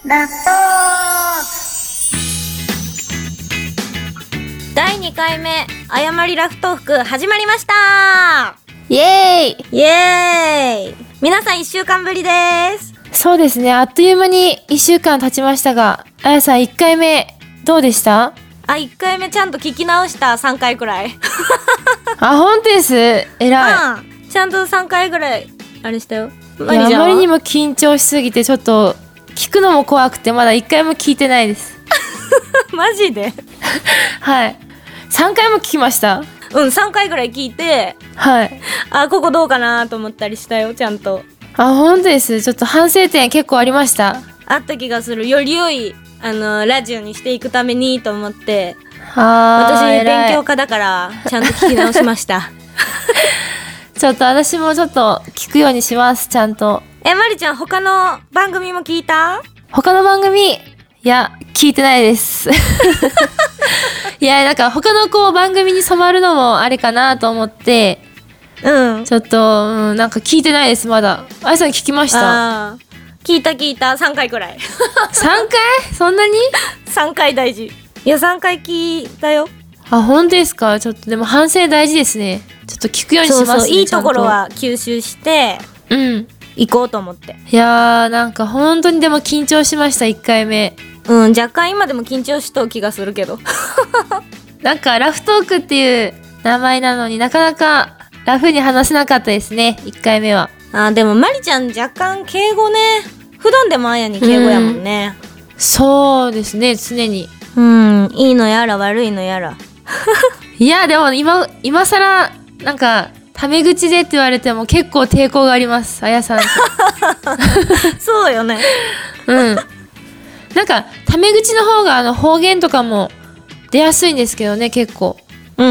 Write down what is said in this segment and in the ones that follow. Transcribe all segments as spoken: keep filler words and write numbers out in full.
ラフトークだいにかいめ誤りラフトーク始まりました。 イエーイイエーイ。皆さんいっしゅうかんぶりです。 そうですね、あっという間にいっしゅうかん経ちましたが、あやさんいっかいめどうでした？ あ、いっかいめちゃんと聞き直した。さんかいくらいあ、本当です。えらい、うん、ちゃんとさんかいぐらいあれしたよ。 い。いや、あまりにも緊張しすぎてちょっと聞くのも怖くてまだいっかいも聞いてないですマジではい、さんかいも聞きました。 うん、さんかいぐらい聞いて、 はい、 あ、ここどうかなと思ったりしたよ。ちゃんと。 あ、本当です。ちょっと反省点結構ありました。 あった気がする。より良いあのラジオにしていくためにと思って、 あ、 私勉強家だからちゃんと聞き直しましたちょっと私もちょっと聞くようにします。ちゃんと。 え、まりちゃん他の番組も聞いた？ 他の番組、いや聞いてないですいや、なんか他のこう番組に染まるのもあれかなと思ってうんちょっと、うん、なんか聞いてないです。まだ。あやさん聞きました？ あ、聞いた聞いた。さんかいくらいさんかい？そんなに？ さんかい大事。いや、さんかい聞いたよ。 あ、本当ですか？ちょっとでも反省大事ですね。ちょっと聞くようにしますね。 そうそう、いいところは吸収してうん行こうと思って。 いやー、なんか本当にでも緊張しました。いっかいめ。 うん、若干今でも緊張しとう気がするけどなんかラフトークっていう名前なのになかなかラフに話せなかったですね、いっかいめは。 あ、でもまりちゃん若干敬語ね。普段でもあやに敬語やもんね、 うん、そうですね、常に。 うん、いいのやら悪いのやらいや、でも今今更なんかタメ口でって言われても結構抵抗があります、あやさんとそうよね。 うん、なんかタメ口の方があの方言とかも出やすいんですけどね、結構。 うん、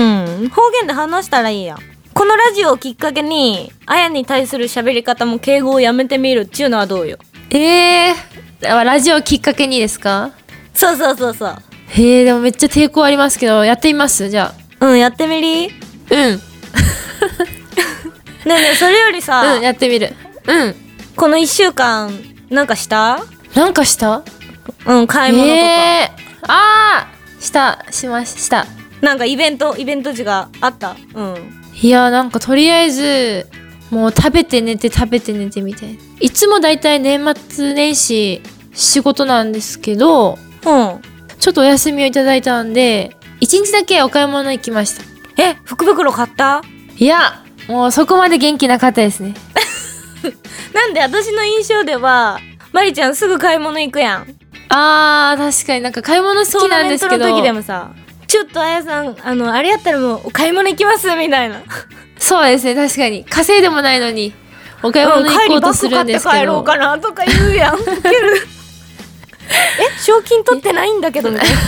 方言で話したらいいやん。このラジオをきっかけにあやに対する喋り方も敬語をやめてみるっていうのはどうよ。 えー、ラジオをきっかけにですか？ そうそうそうそう。 へえ、でもめっちゃ抵抗ありますけど、やってみます？じゃあ、うん、やってみり。 うんねえねえ、それよりさ、 うん、やってみる。うん。 このいっしゅうかんなんかした？ なんかした？ うん、買い物とか。 えー、あー、したしました。 なんかイベントイベント時があった？うん。 いや、なんかとりあえずもう食べて寝て食べて寝てみたいな。いつもだいたい年末年始仕事なんですけど、 うん、 ちょっとお休みをいただいたんでいちにちだけお買い物行きました。 え、福袋買った？ いや、もうそこまで元気なかったですねなんで私の印象ではまりちゃんすぐ買い物行くやん。 あー、確かになんか買い物好きなんですけど、 トーナメントの時でもさ、ちょっとあやさん、あのあれやったらもうお買い物行きますみたいな。 そうですね、確かに稼いでもないのにお買い物行こうとするんですけど、 帰りバッグ買って帰ろうかなとか言うやんウケるえ、賞金取ってないんだけどみたい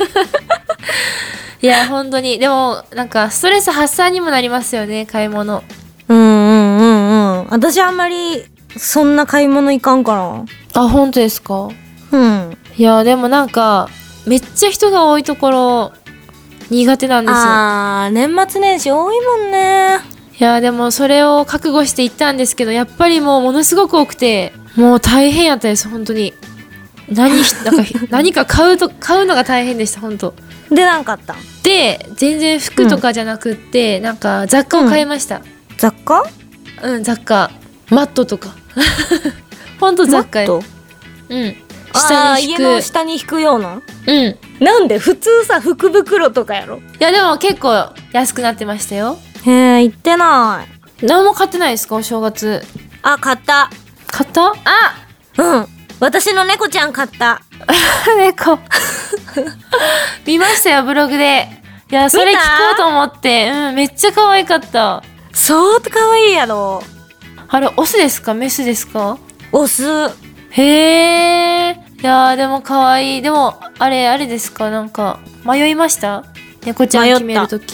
いや、本当にでもなんかストレス発散にもなりますよね、買い物。 うんうんうんうん。私あんまりそんな買い物行かんかな。 あ、本当ですか？ うん。 いや、でもなんかめっちゃ人が多いところ苦手なんですよ。 あー、年末年始多いもんね。 いや、でもそれを覚悟して行ったんですけど、やっぱりもうものすごく多くて、もう大変やったです、本当に。何なんか何か買うと買うのが大変でした、本当。 で、なんかあった？ で、全然服とかじゃなくって、うん、なんか雑貨を買いました。うん、 雑貨？ うん、雑貨、マットとか本当雑貨よ。うん。 下に引く、家の下に引くような。 うん。 なんで普通さ、福袋とかやろ。 いや、でも結構安くなってましたよ。 へえ、行ってない。 何も買ってないですか、お正月？ あ、買った。 買った？あ、 うん、私の猫ちゃん買った猫見ましたよ、ブログで。いや、それ聞こうと思って。うん、めっちゃ可愛かった。 そうと可愛いやろ。 あれ、オスですかメスですか？ オス。 へえ。いやー、でも可愛い。でもあれあれですか、なんか迷いました？猫ちゃん決めるとき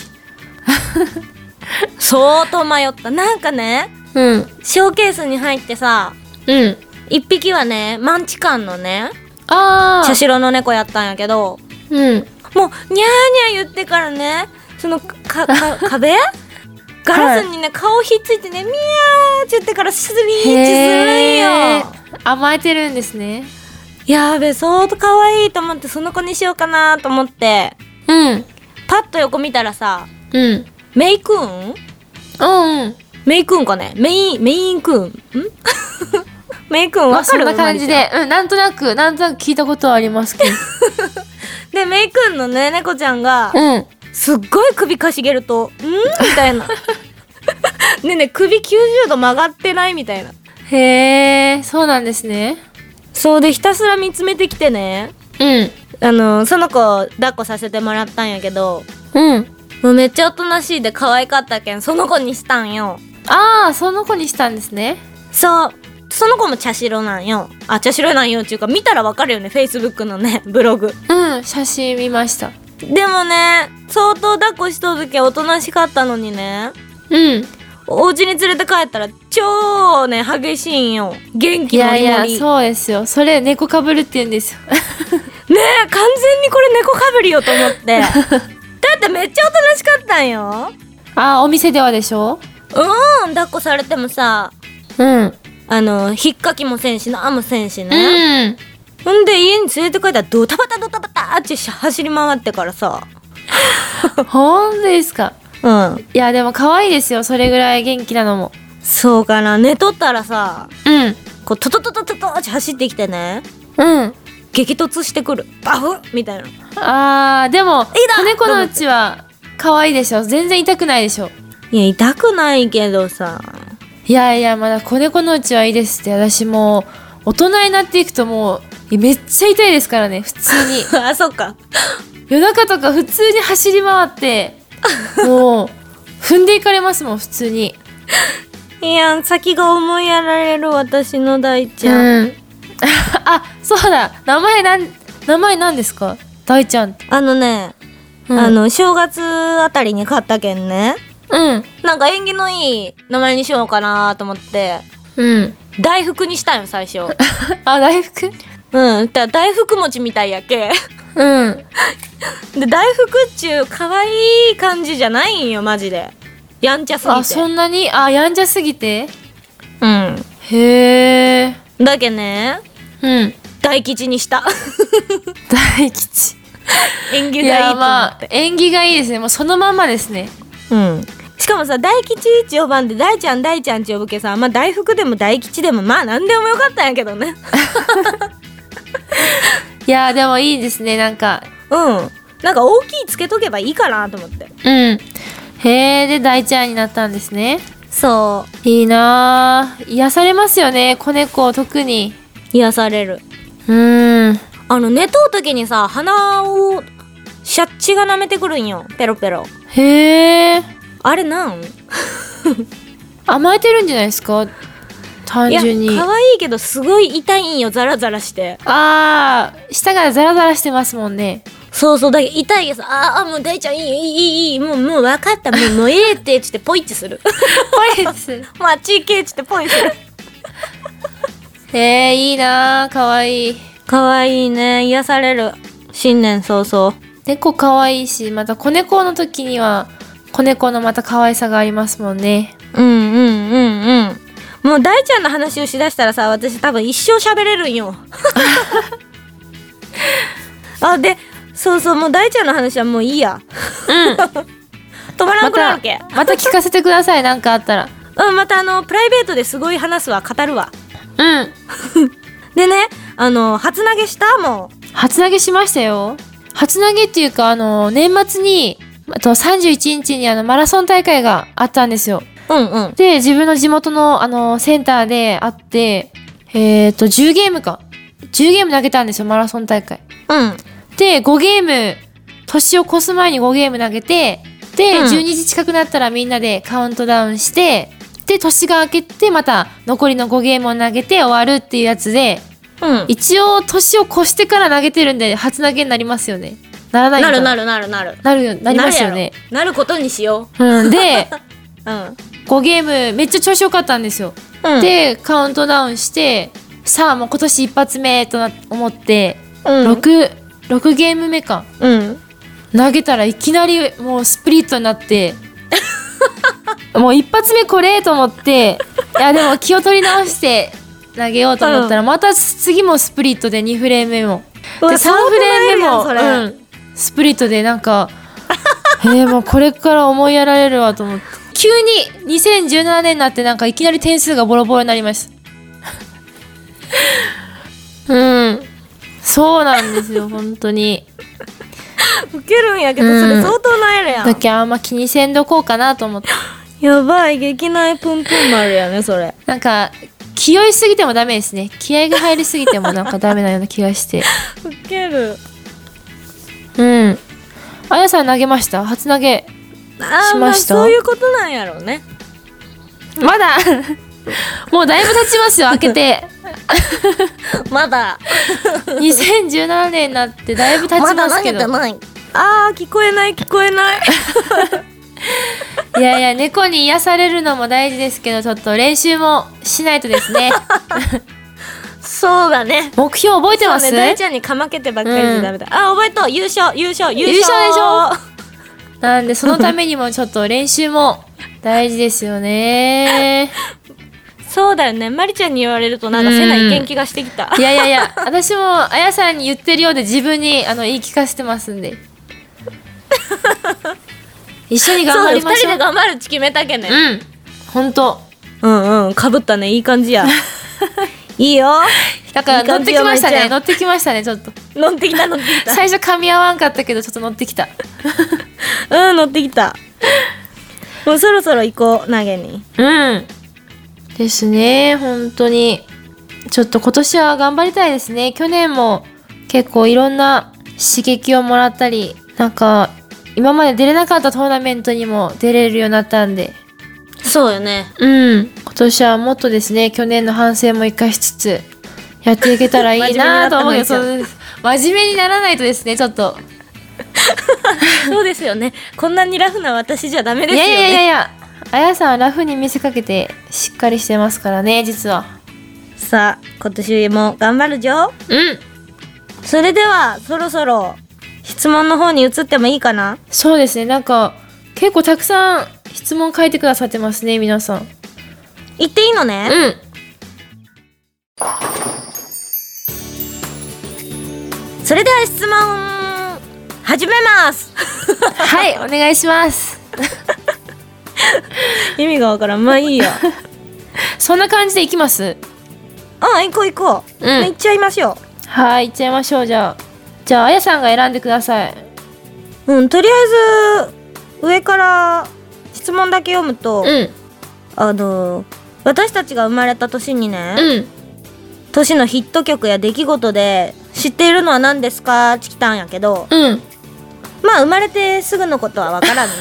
相当迷った。なんかね、 うん、 ショーケースに入ってさ、 うん、 一匹はね、マンチカンのね、 あー、 茶白の猫やったんやけど、 うん、 もうニャーニャー言ってからね、そのかか壁ガラスにね、はい、顔ひっついてね、ミャーって言ってからスリーチするんよ。 甘えてるんですね。 やーべ相当可愛いと思ってその子にしようかなと思ってうんパッと横見たらさうんメイクーンうんうんメイクーンかねメインメインクーンんメイクーンまあわかる？ そんな感じで、うん、なんとなくなんとなく聞いたことはありますけどでメイクーンのね猫ちゃんが、 うんすっごい首かしげるとんみたいなねえねえ首きゅうじゅうど曲がってないみたいな。 へえそうなんですね。 そうでひたすら見つめてきてねうんあのその子抱っこさせてもらったんやけどうんもうめっちゃおとなしいで可愛かったけんその子にしたんよ。 ああその子にしたんですね。 そうその子も茶白なんよ。あ茶白なんよっていうか見たらわかるよねフェイスブックのねブログ。 うん写真見ました。 でもね相当抱っこしとる時はおとなしかったのにねうんお家に連れて帰ったら超ね激しいんよ元い気もりもり。 やいやそうですよそれ猫かぶるって言うんですよねえ完全にこれ猫かぶりよと思ってだってめっちゃおとなしかったんよ。 あーお店ではでしょ。 うん抱っこされてもさうんあの引っかきもせんしなんもせんしね、 うんほんで家に連れて帰ったらドタバタドタバタって走り回ってからさほんとですか。 うんいやでも可愛いですよそれぐらい元気なのも。 そうかな寝とったらさうんこうトトトトトトって走ってきてねうん激突してくるバフッみたいな。 あーでもいいだ子猫のうちは可愛いでしょ全然痛くないでしょ。 いや痛くないけどさいやいやまだ子猫のうちはいいですって。私もう大人になっていくともうめっちゃ痛いですからね普通にあそっか夜中とか普通に走り回ってもう踏んでいかれますもん普通に。 いや先が思いやられる私の大ちゃん、 うん、あそうだ名前なん名前なんですか大ちゃんって。 あのね、 うん、 あの正月あたりに買ったけんねうんなんか縁起のいい名前にしようかなと思ってうん大福にしたんよ最初あ大福うんだから大福餅みたいやけうんで大福っちゅう可愛い感じじゃないんよマジでやんちゃすぎて。 あそんなにあやんちゃすぎてうんへえだけねうん大吉にした大吉縁起いがいいと思やまあって、 縁起がいいですねもうそのまんまですね。 うんしかもさ大吉って呼ばんで大ちゃん大ちゃんって呼ぶけさまあ大福でも大吉でもまあ何でもよかったんやけどねいやでもいいですねなんかうんなんか大きいつけとけばいいかなと思ってうんへえで大ちゃんになったんですね。 そいいなあ癒されますよね子猫特に。 う癒される。 うーんあの寝とう時にさ鼻をシャッチが舐めてくるんよペロペロ。 へえあれなん甘えてるんじゃないですか単純に。 いや可愛いけどすごい痛いんよザラザラして。 あー舌がザラザラしてますもんね。 そうそうだけど痛いけどさあーあもう大ちゃんいいいいいいいいもうもう分かったもうもうええってっつってポイッチするポイッチするもうあっち行けっつってポイするへえいいなあかわいい。 可愛いね癒される新年早々。 猫かわいいしまた子猫の時には子猫のまた可愛さがありますもんね。 うんうんうんうんもう大ちゃんの話をしだしたらさ私多分一生喋れるんよあでそうそうもう大ちゃんの話はもういいやうん止まらなくなるわけ。 また聞かせてくださいなんかあったら。 うんまたあのプライベートですごい話すわ語るわ。 うんでねあの初投げしたもん。 初投げしましたよ。初投げっていうかあの年末にあとさんじゅういちにちにあのマラソン大会があったんですよ。 うんうんで自分の地元のあのセンターであってえっとじゅうゲームかじゅうゲーム投げたんですよマラソン大会うんでごゲーム年を越す前にごゲーム投げてで、 うんじゅうにじ近くなったらみんなでカウントダウンしてで年が明けてまた残りのごゲームを投げて終わるっていうやつでうん一応年を越してから投げてるんで初投げになりますよね。ならないのかななるなるなるなるなるよなりますよね。 なるやろなることにしようん、でう。うんごゲームめっちゃ調子良かったんですよ。 うんでカウントダウンしてさあもう今年一発目とな思って、 うんろく、ろくゲーム目かうん投げたらいきなりもうスプリットになってもう一発目これと思っていやでも気を取り直して投げようと思ったら、また次もスプリットでにフレーム目もうわでさんフレーム目も、 それうん、スプリットでなんかえー、もうこれから思いやられるわと思って急ににせんじゅうななねんになってなんかいきなり点数がボロボロになりましたうんそうなんですよ本当にウケるんやけど、それ相当なエラやん。 だけあんま気にせんどこうかなと思ってやばい、激内プンプン丸やねそれ。 なんか気負いすぎてもダメですね。気合が入りすぎてもなんかダメなような気がしてウケる。 うんあやさん投げました？初投げしました？ あ、まあ、そういうことなんやろうね。 まだもうだいぶ経ちますよ開けてまだにせんじゅうななねんになってだいぶ経ちますけど、 まだ投げてない。あー、聞こえない聞こえないいやいや猫に癒されるのも大事ですけど、ちょっと練習もしないとですねそうだね。 目標覚えてます？ そうね、大ちゃんにかまけてばっかりじゃダメだ、うん、あ、覚えと、優勝優勝優勝優勝でしょ。なんでそのためにもちょっと練習も大事ですよねそうだよね。まりちゃんに言われるとなんかせないけん気がしてきた、 うん、いやいやいや私もあやさんに言ってるようで自分にあの言い聞かせてますんで一緒に頑張りましょう。 そう、ふたりで頑張るって決めたけね。 うんほんとうんうん、かぶったね。いい感じやいいよ。 だから乗ってきましたね。乗ってきましたね。ちょっと乗ってきた乗ってきた。 最初噛み合わんかったけどちょっと乗ってきたうん、乗ってきた。もうそろそろ行こう、投げに。 うんですね。本当にちょっと今年は頑張りたいですね。去年も結構いろんな刺激をもらったり、なんか今まで出れなかったトーナメントにも出れるようになったんで。 そうよね。 うん今年はもっとですね、去年の反省も生かしつつやっていけたらいいなと思うけどそうです。真面目にならないとですね、ちょっとそうですよね。こんなにラフな私じゃダメですよね。 いやいやいやいや、あやさんはラフに見せかけてしっかりしてますからね、実は。 さあ今年も頑張るぞ。 うんそれではそろそろ質問の方に移ってもいいかな。 そうですね、なんか結構たくさん質問書いてくださってますね、皆さん。 言っていいのね。 うんそれでは質問始めますはいお願いします意味がわからん。まあいいやそんな感じでいきます。 ああ、行こう行こう、うん、行っちゃいましょう。 はい行っちゃいましょう。じゃあじゃああやさんが選んでください。 うん、とりあえず上から質問だけ読むと、 うんあの私たちが生まれた年にね、 うん年のヒット曲や出来事で知っているのは何ですかって来たんやけど、 うんまあ生まれてすぐのことは分からんね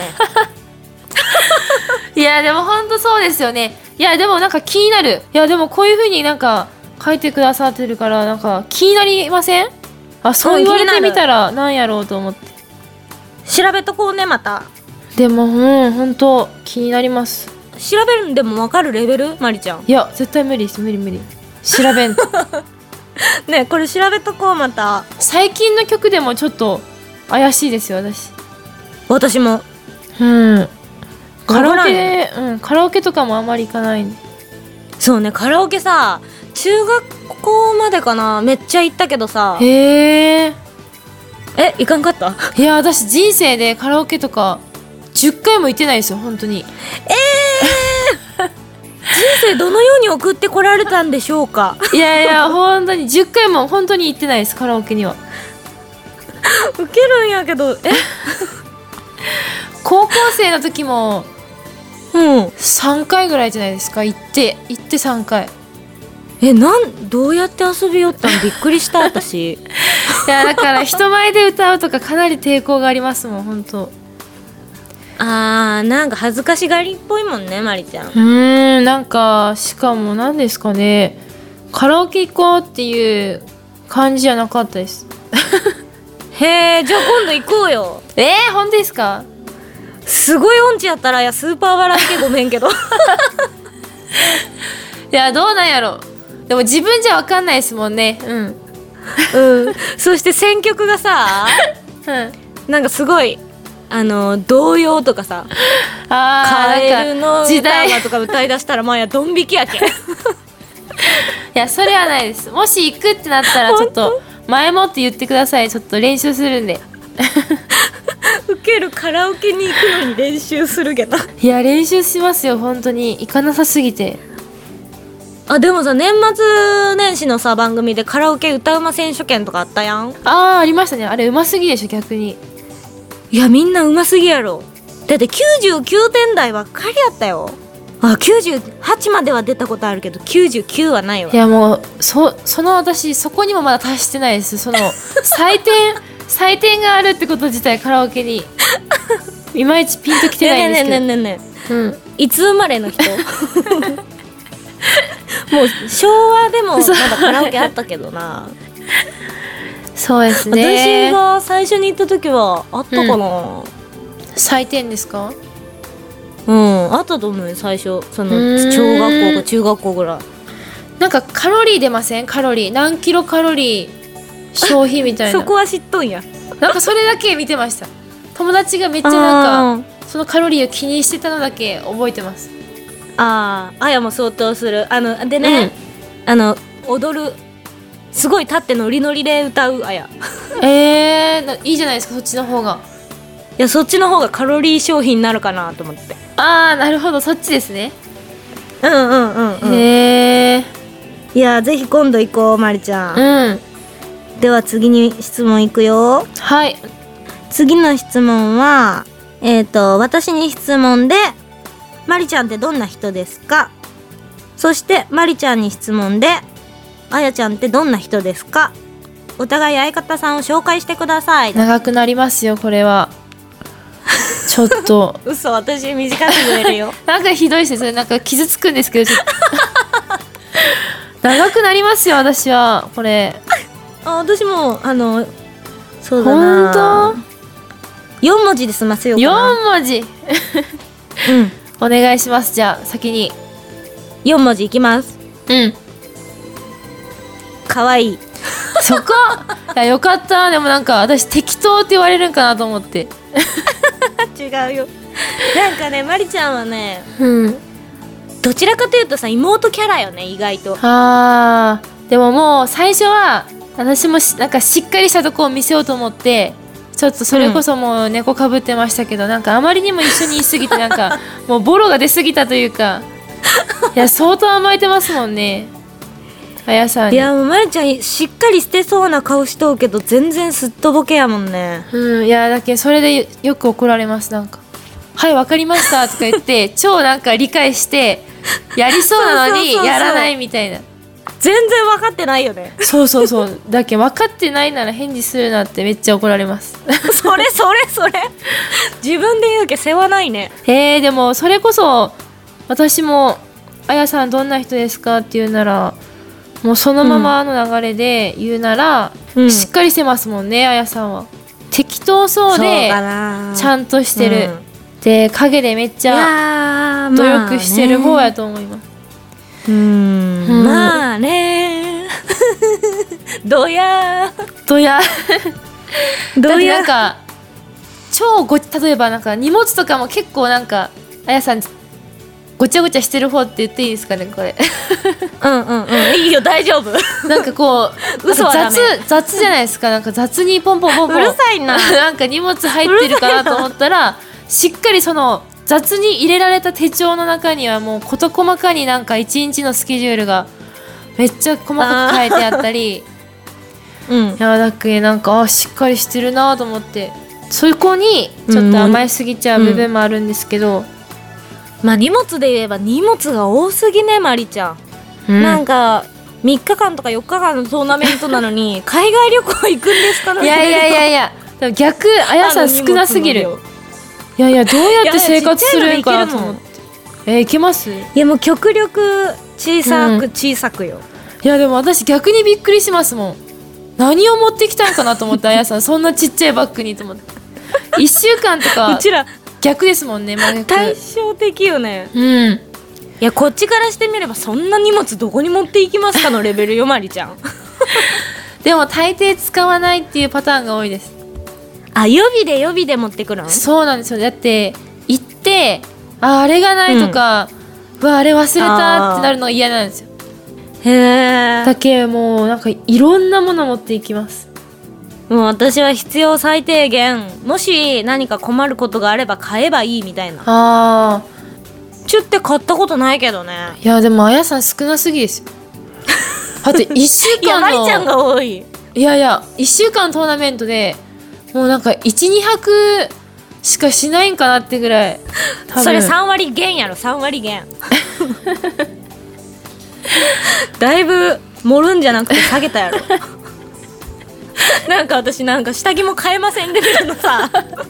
いやでもほんとそうですよね。いやでもなんか気になる。いやでもこういう風になんか書いてくださってるからなんか気になりません？あ、そう言われてみたらなんやろうと思って、 調べとこうね。またでもうんほんと気になります。 調べるんでも分かるレベル？まりちゃん。 いや絶対無理です。無理無理調べんとね、これ調べとこう。また最近の曲でもちょっと怪しいですよ私。 私もうんカラオケで、うん、カラオケとかもあんまり行かないんで。 そうね、カラオケさ中学校までかなめっちゃ行ったけどさ。 へええ、行かんかった？ いや私人生でカラオケとかじゅっかいも行ってないですよ本当に。 えー、人生どのように送ってこられたんでしょうかいやいや本当にじゅっかいも本当に行ってないですカラオケにはウケるんやけど。え高校生の時もうんさんかいぐらいじゃないですか。行って行ってさんかい。 え、なんどうやって遊びよったん？びっくりした私。 いやだから人前で歌うとかかなり抵抗がありますもん本当。 あー、なんか恥ずかしがりっぽいもんねまりちゃん。 うーんなんかしかも何ですかね、カラオケ行こうっていう感じじゃなかったですへー、じゃあ今度行こうよ。 えー、本当ですか？ すごい音痴やったらいやスーパー笑いけごめんけどいやどうなんやろ。でも自分じゃ分かんないですもんね。うんうん、そして選曲がさうんなんかすごいあの童謡とかさ、 あカエルの時代歌はとか歌い出したらまあやドン引きやけやそれはないです。もし行くってなったらちょっと前もって言ってください。ちょっと練習するんで。 ウケる、カラオケに行くのに練習するけど。 いや練習しますよ本当に。行かなさすぎて。 あでもさ、年末年始のさ番組でカラオケ歌うま選手権とかあったやん。 あーありましたね。あれうますぎでしょ逆に。 いやみんなうますぎやろ。だってきゅうじゅうきゅうてん台ばっかりやったよ。あきゅうじゅうはちまでは出たことあるけどきゅうじゅうきゅうはないわ。 いやもうそその私そこにもまだ達してないです。その採点採点があるってこと自体カラオケにいまいちピンときてないんですけど。 ねえねえねえねえねえ、 うん、 いつ生まれの人もう昭和でもまだカラオケあったけどな。 そうですね。 私が最初に行った時はあったかな、うん、 採点ですか？ うんあったと思うよ最初。その小学校か中学校ぐらい。 なんかカロリー出ません？カロリー何キロカロリー消費みたいな。 そこは知っとんや。 なんかそれだけ見てました。友達がめっちゃなんかそのカロリーを気にしてたのだけ覚えてます。 ああ、あやも相当する。あのでね、うん、あの踊るすごい立ってノリノリで歌うあや。えー、いいじゃないですかそっちの方が。 いやそっちの方がカロリー消費になるかなと思って。 ああなるほどそっちですね。 うんうんうんうん。 へえ。 いやぜひ今度行こうまりちゃん。 うん。 では次に質問いくよ。 はい。 次の質問はえっと私に質問でまりちゃんってどんな人ですか。そしてまりちゃんに質問であやちゃんってどんな人ですか。お互い相方さんを紹介してください。 長くなりますよこれは。ちょっと嘘、私短く言えるよ。 なんかひどいですねそれ。なんか傷つくんですけどちょっと長くなりますよ私はこれ。 あ私もあのそうだな。 本当よん文字で済ませようかな。 よん文字うんお願いします。じゃあ先によん文字いきます。 うんかわいい。 そこいやよかった。でもなんか私適当って言われるんかなと思って。 違うよ。なんかねまりちゃんはね、 うん、 どちらかというとさ妹キャラよね意外と。 あーでももう最初は私もなんかしっかりしたとこを見せようと思ってちょっとそれこそもう猫かぶってましたけど、うん、なんかあまりにも一緒にいすぎてなんかもうボロが出すぎたというかいや相当甘えてますもんねあやさんに。 いやもうまりちゃんしっかりしてそうな顔しとうけど全然すっとぼけやもんね。 うんいやだけどそれで よ, よく怒られます。なんかはいわかりましたとか言って超なんか理解してやりそうなのにやらないみたいな。 全然分かってないよね。 そうそうそうだけど分かってないなら返事するなってめっちゃ怒られます。 それそれそれ自分で言うけ世話ないね。 えー、でもそれこそ私もあやさんどんな人ですかって言うならもうそのままの流れで言うなら、うん、しっかりしてますもんねあやさんは。適当そうでちゃんとしてる、うん、で陰でめっちゃ努力してる方やと思います。 うーん、うん、まあねどやどやどやなんか超ご例えばなんか荷物とかも結構なんかあやさんごちゃごちゃしてる方って言っていいですかねこれ。 うんうんうんいいよ大丈夫。 なんかこう嘘はダメ。雑雑じゃないですか。なんか雑にポンポンポンポンうるさいななんか荷物入ってるかなと思ったらしっかりその雑に入れられた手帳の中にはもう事細かになんか一日のスケジュールがめっちゃ細かく書いてあったりうん、いやだけなんかあしっかりしてるなと思ってそこにちょっと甘えすぎちゃう部分もあるんですけど、うんうん、 まあ荷物で言えば荷物が多すぎねまりちゃん、うん、なんかみっかかんとかよっかかんのトーナメントなのに海外旅行行くんですかね。 いやいやいやいやでも逆あやさん少なすぎる。いやいやどうやって生活するんかなと思って。えー、いけます？いやもう極力小さく小さくよ、 うん、いやでも私逆にびっくりしますもん。何を持ってきたんかなと思ってあやさんそんなちっちゃいバッグにと思っていっしゅうかんとかうちら逆ですもんね。 対照的よね。 うんいやこっちからしてみればそんな荷物どこに持っていきますかのレベルよまりちゃん。 でも大抵使わないっていうパターンが多いです。 あ予備で予備で持ってくるの？ そうなんですよ。だって行ってああれがないとか、うん、うわあれ忘れたってなるのが嫌なんですよ。 へえ。 だけもうなんかいろんなもの持っていきます。 もう私は必要最低限、もし何か困ることがあれば買えばいいみたいな。 あチュって買ったことないけどね。 ーいやでもあやさん少なすぎですよ。だっていっしゅうかんのいやまりちゃんが多い。 いやいやいっしゅうかんトーナメントでもうなんかいち、にはくしかしないんかなってぐらい。多分それさん割減やろ、さん割減。だいぶ盛るんじゃなくて下げたやろ。なんか私なんか下着も買えませんレベルのさ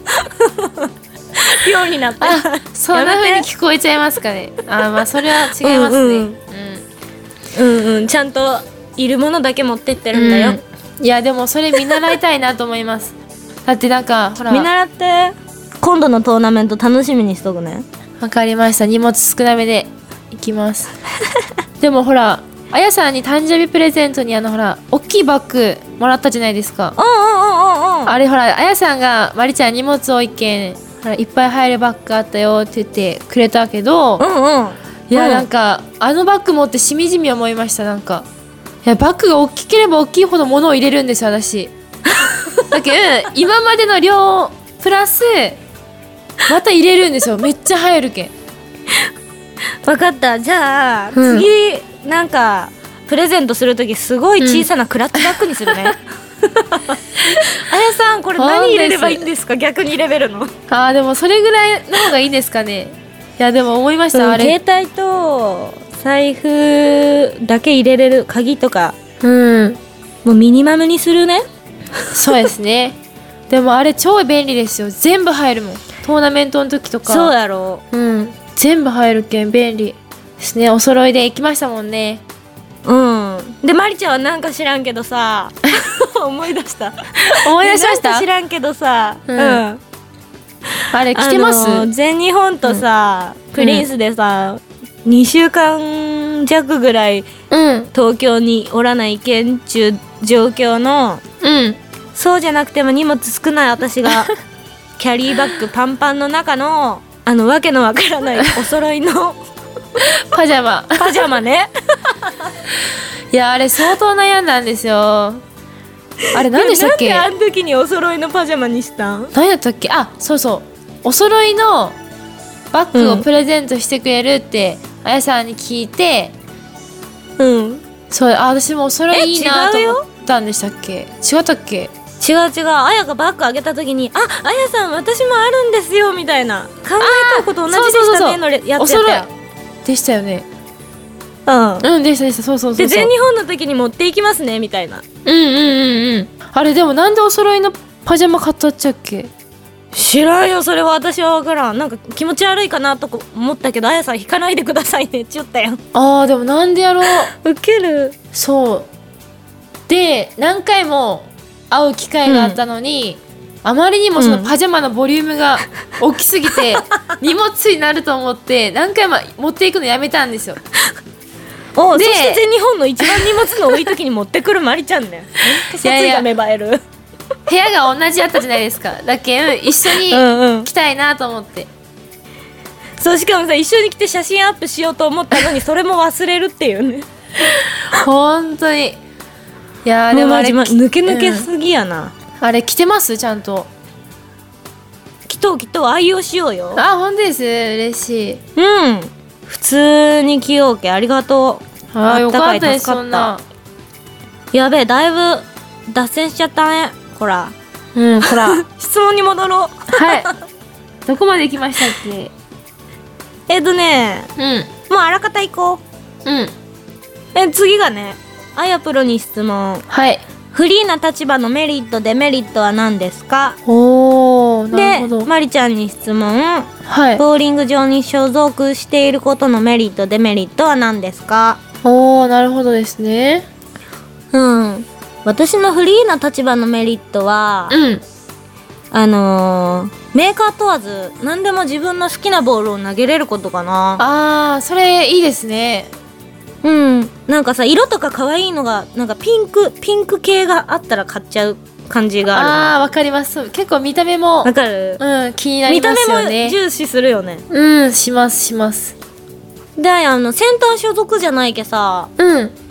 ようになった。 あそんな風に聞こえちゃいますかね。あまあそれは違いますね。 うんうんうんうんうん、ちゃんといるものだけ持ってってるんだよ、 うん、いやでもそれ見習いたいなと思います。だってなんかほら見習って今度のトーナメント楽しみにしとくね。 わかりました。荷物少なめでいきますでもほらあやさんに誕生日プレゼントにあのほら大きいバッグもらったじゃないですか。 うんうんうんうんうん。 あれほらあやさんがまりちゃん荷物多いけんほらいっぱい入るバッグあったよって言ってくれたけど、 うんうん。 いや、 うんなんかあのバッグ持ってしみじみ思いました。なんかいやバッグが大きければ大きいほど物を入れるんですよ私。だけど今までの量プラスまた入れるんですよ。めっちゃ入るけん。 分かった。じゃあ、 うん次なんかプレゼントするときすごい小さなクラッチバッグにするね。あやさんこれ何入れればいいんですか、逆にレベルの。 あーでもそれぐらいの方がいいですかね。いやでも思いました、 うんあれ。 携帯と財布だけ入れれる鍵とかうんもうミニマムにするね。 そうですね。でもあれ超便利ですよ。全部入るもん。トーナメントの時とかそうやろうん全部入るけん便利ですね。お揃いで行きましたもんね。 う。うんでまりちゃんはなんか知らんけどさ思い出した思い出しましたなんか知らんけどさ、 ううんんあれ来てます、 あの全日本とさ、プリンスでさ、にしゅうかん弱ぐらいうん東京におらないけんちゅう状況の、 うんそうじゃなくても荷物少ない私がキャリーバッグパンパンの中のあのわけのわからないお揃いのパジャマパジャマね。 いやあれ相当悩んだんですよ。あれ何でしたっけ。 なんであの時にお揃いのパジャマにしたん？ 何やったっけ。あそうそうお揃いのバッグをプレゼントしてくれるってあやさんに聞いて、 うんそうあ私もお揃いいいなとえ違うよ思ったんでしたっけ。違ったっけ。 違う違う。あやがバッグあげた時に「ああやさん私もあるんですよ」みたいな「考えたこと同じでしたね」のやつやお揃いったよ。 でしたよね。 うんうんでしたでした。そうそうそうそう。 で全日本の時に持っていきますねみたいな。 うんうんうんうんあれでもなんでお揃いのパジャマ買ったっちゃっけ。 知らんよそれは。私は分からん。なんか気持ち悪いかなとか思ったけどあやさん引かないでくださいねって言ったよ。 あーでもなんでやろう。 ウケる。 そうで何回も会う機会があったのに、うん、あまりにもそのパジャマのボリュームが大きすぎて、うん、荷物になると思って何回も持っていくのやめたんですよ。 おでそして全日本の一番荷物の多い時に持ってくるまりちゃんね。ほんと殺意が芽生える。 部屋が同じやったじゃないですか。だけん一緒に来たいなと思って。 うんうん、そうしかもさ一緒に来て写真アップしようと思ったのにそれも忘れるっていうね。 本当に。いやでもあれ抜け抜けすぎやな、うん、 あれ着てますちゃんと。 きっときっと愛用しようよ。 あ本当です。嬉しい。 うん普通に着ようけ。ありがとう。 あよかったです。そんなやべえだいぶ脱線しちゃったね。ほらうんほら質問に戻ろう。 はいどこまで行きましたっけ。 えっとねうんもうあらかた行こう。うんえ次がねあやプロに質問。 はいフリーな立場のメリットデメリットは何ですか。 おーなるほど。 でまりちゃんに質問。 はいボーリング場に所属していることのメリットデメリットは何ですか。 おーなるほどですね。 うん私のフリーな立場のメリットは、 うん、 あのー、メーカー問わず何でも自分の好きなボールを投げれることかな。 あーそれいいですね。 うんなんかさ色とか可愛いのがなんかピンクピンク系があったら買っちゃう感じがある。 あーわかります。結構見た目もわかる、 うん、気になりますよね。 見た目も重視するよね。 うんしますします。 であのセンター所属じゃないけさうん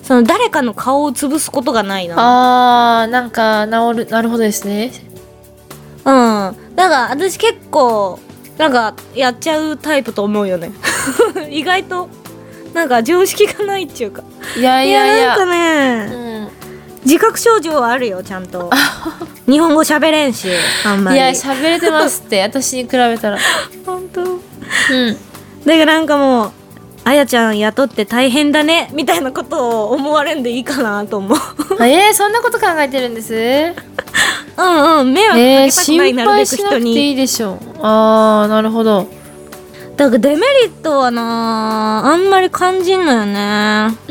その誰かの顔を潰すことがないな。 あー、なんか治る、なるほどですね。 うん。だから私結構なんかやっちゃうタイプと思うよね。意外となんか常識がないっていうか。 いやいやいや。 いやなんかね、 うん、自覚症状はあるよちゃんと。日本語喋れんしあんまり。 いや喋れてますって私に比べたら。 本当。うん。 だからなんかもう。あやちゃん雇って大変だねみたいなことを思われんでいいかなと思う。 えー、そんなこと考えてるんです。 うんうん、迷惑かけたくない、 えー、なるべく人に。心配しなくていいでしょう。あー、なるほど。 だからデメリットはなあんまり感じんのよね。 うん。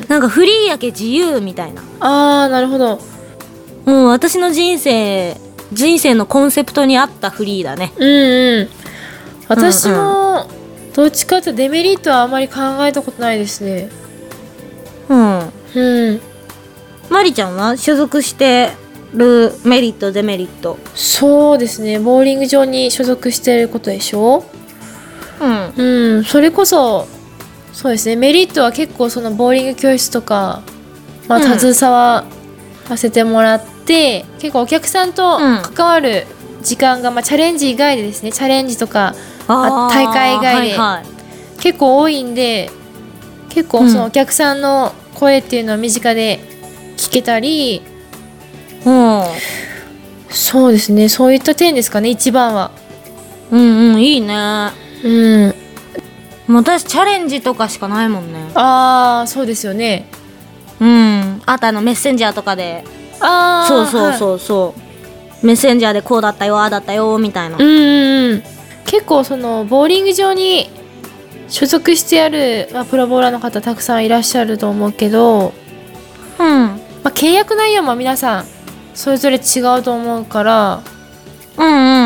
なんかフリーやけ自由みたいな。 あー、なるほど。 うん、私の人生人生のコンセプトに合ったフリーだね。 うんうん。私も、うんうん、どっちかというとデメリットはあまり考えたことないですね。 うんうん。 まりちゃんは所属してるメリットデメリット。 そうですね、ボーリング場に所属してることでしょ。 うんうん、それこそそうですね、メリットは結構そのボーリング教室とか、まあ、携わらせてもらって、うん、結構お客さんと関わる時間が、まあ、チャレンジ以外でですね、チャレンジとかあ大会以外で、はいはい、結構多いんで、結構そのお客さんの声っていうのは身近で聞けたり、 うん、 そうですね、そういった点ですかね、一番は。 うんうん、いいね。 うん、 私チャレンジとかしかないもんね。 ああ、そうですよね。 うん、あとあのメッセンジャーとかで、 ああ、 そうそうそうそう、はい、メッセンジャーでこうだったよああだったよみたいな。 うんうんうん。結構そのボーリング場に所属してある、まあ、プロボーラーの方たくさんいらっしゃると思うけど、 うん、まあ、契約内容も皆さんそれぞれ違うと思うから、 うんうん、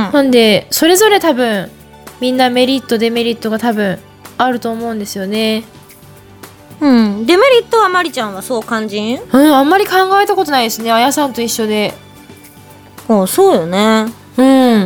なんでそれぞれ多分みんなメリットデメリットが多分あると思うんですよね。 うん、デメリットはまりちゃんはそう感じん？ うん、あんまり考えたことないですね、あやさんと一緒で。 あ、そうよね。 うん、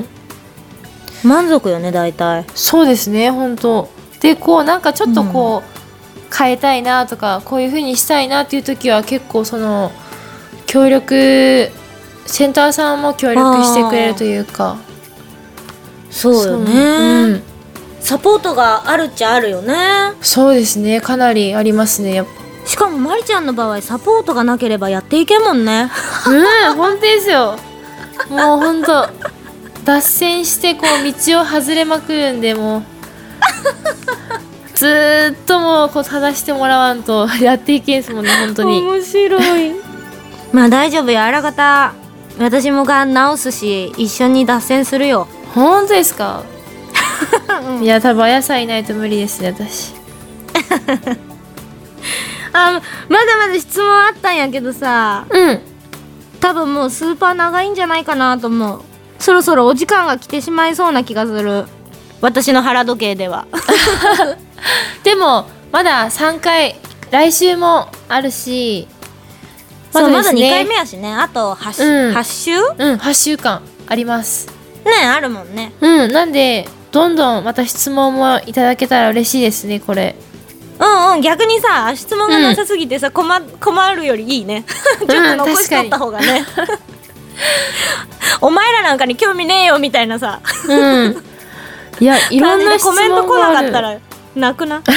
満足よね大体。 そうですね、本当で、こうなんかちょっとこう、うん、変えたいなとかこういう風にしたいなっていう時は結構その協力センターさんも協力してくれるというか。 そうよね、うん、サポートがあるっちゃあるよね。 そうですね、かなりありますね。 しかもまりちゃんの場合サポートがなければやっていけんもんね。 うん、本当ですよ。もう本当脱線してこう道を外れまくるんで、もうずーっともうこう正してもらわんとやっていけんすもんね、本当に。 面白い。まあ大丈夫よ、あらかた私もが直すし一緒に脱線するよ。 本当ですか？うん、いや多分あやさんいないと無理ですね、私。 あ、まだまだ質問あったんやけどさ、 うん、 多分もうスーパー長いんじゃないかなと思う。そろそろお時間が来てしまいそうな気がする、私の腹時計では。 でもまださんかい、来週もあるし、 まだですね、そうまだにかいめやしね、あと 8,、うん、はち週、 うん、はちしゅうかんありますね。あるもんね。 うん、なんでどんどんまた質問もいただけたら嬉しいですね、これ。 うんうん、逆にさ質問がなさすぎてさ、うん、困, 困るよりいいね。ちょっと残しとった方がね。お前らなんかに興味ねえよみたいなさ。 うん。いや、いろんな質問がある。 コメント来なかったら泣くな。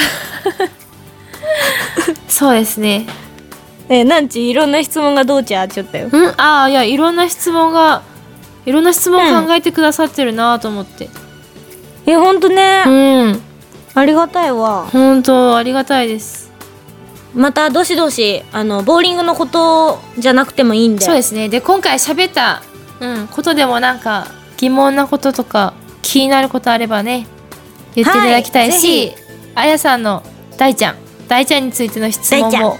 そうですね。 え、なんちいろんな質問がどうちゃちょったよ。 うん、ああ、いや、いろんな質問がいろんな質問を考えてくださってるなと思って。 うん、え、ほんとね。 うん。 ありがたいわ。 ほんとありがたいです。 またどしどしあのボーリングのことじゃなくてもいいんで。 そうですね。で今回喋った、うん、ことでもなんか疑問なこととか気になることあればね言っていただきたいし、はい、あやさんの大ちゃん大ちゃんについての質問も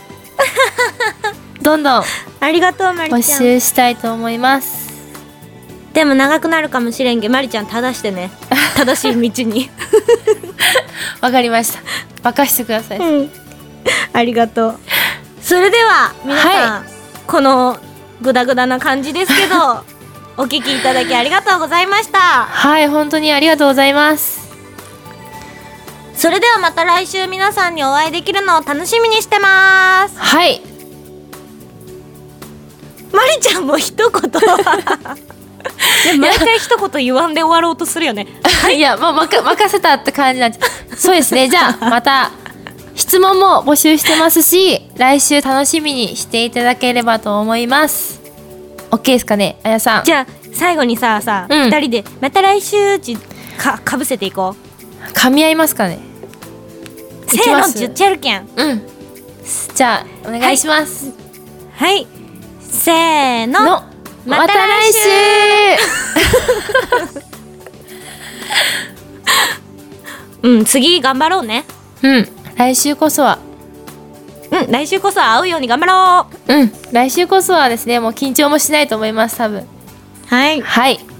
どんどんありがとうまりちゃん募集したいと思います。 でも長くなるかもしれんけどまりちゃん正してね、正しい道に。 わかりました、任してください。 うん、ありがとう。それでは皆さん、はい、このグダグダな感じですけどお聞きいただきありがとうございました。 はい、本当にありがとうございます。 それではまた来週皆さんにお会いできるのを楽しみにしてます。 はい。 まりちゃんも一言毎回一言言わんで終わろうとするよね。 いや、もうまか任せたって感じなんじゃ。そうですね。じゃあまた質問も募集してますし、来週楽しみにしていただければと思います。 OK ですかね、あやさん。 じゃあ最後にささ、 うん、 ふたりでまた来週ってかかぶせていこう。 噛み合いますかね。 せーのって言っちゃるけん。 うん。じゃあお願いします。 はい、はい、せーの、のまた来週うん、次頑張ろうね。 うん、来週こそはうん来週こそは会うように頑張ろう。うん、来週こそはですね、もう緊張もしないと思います、多分。 はいはい。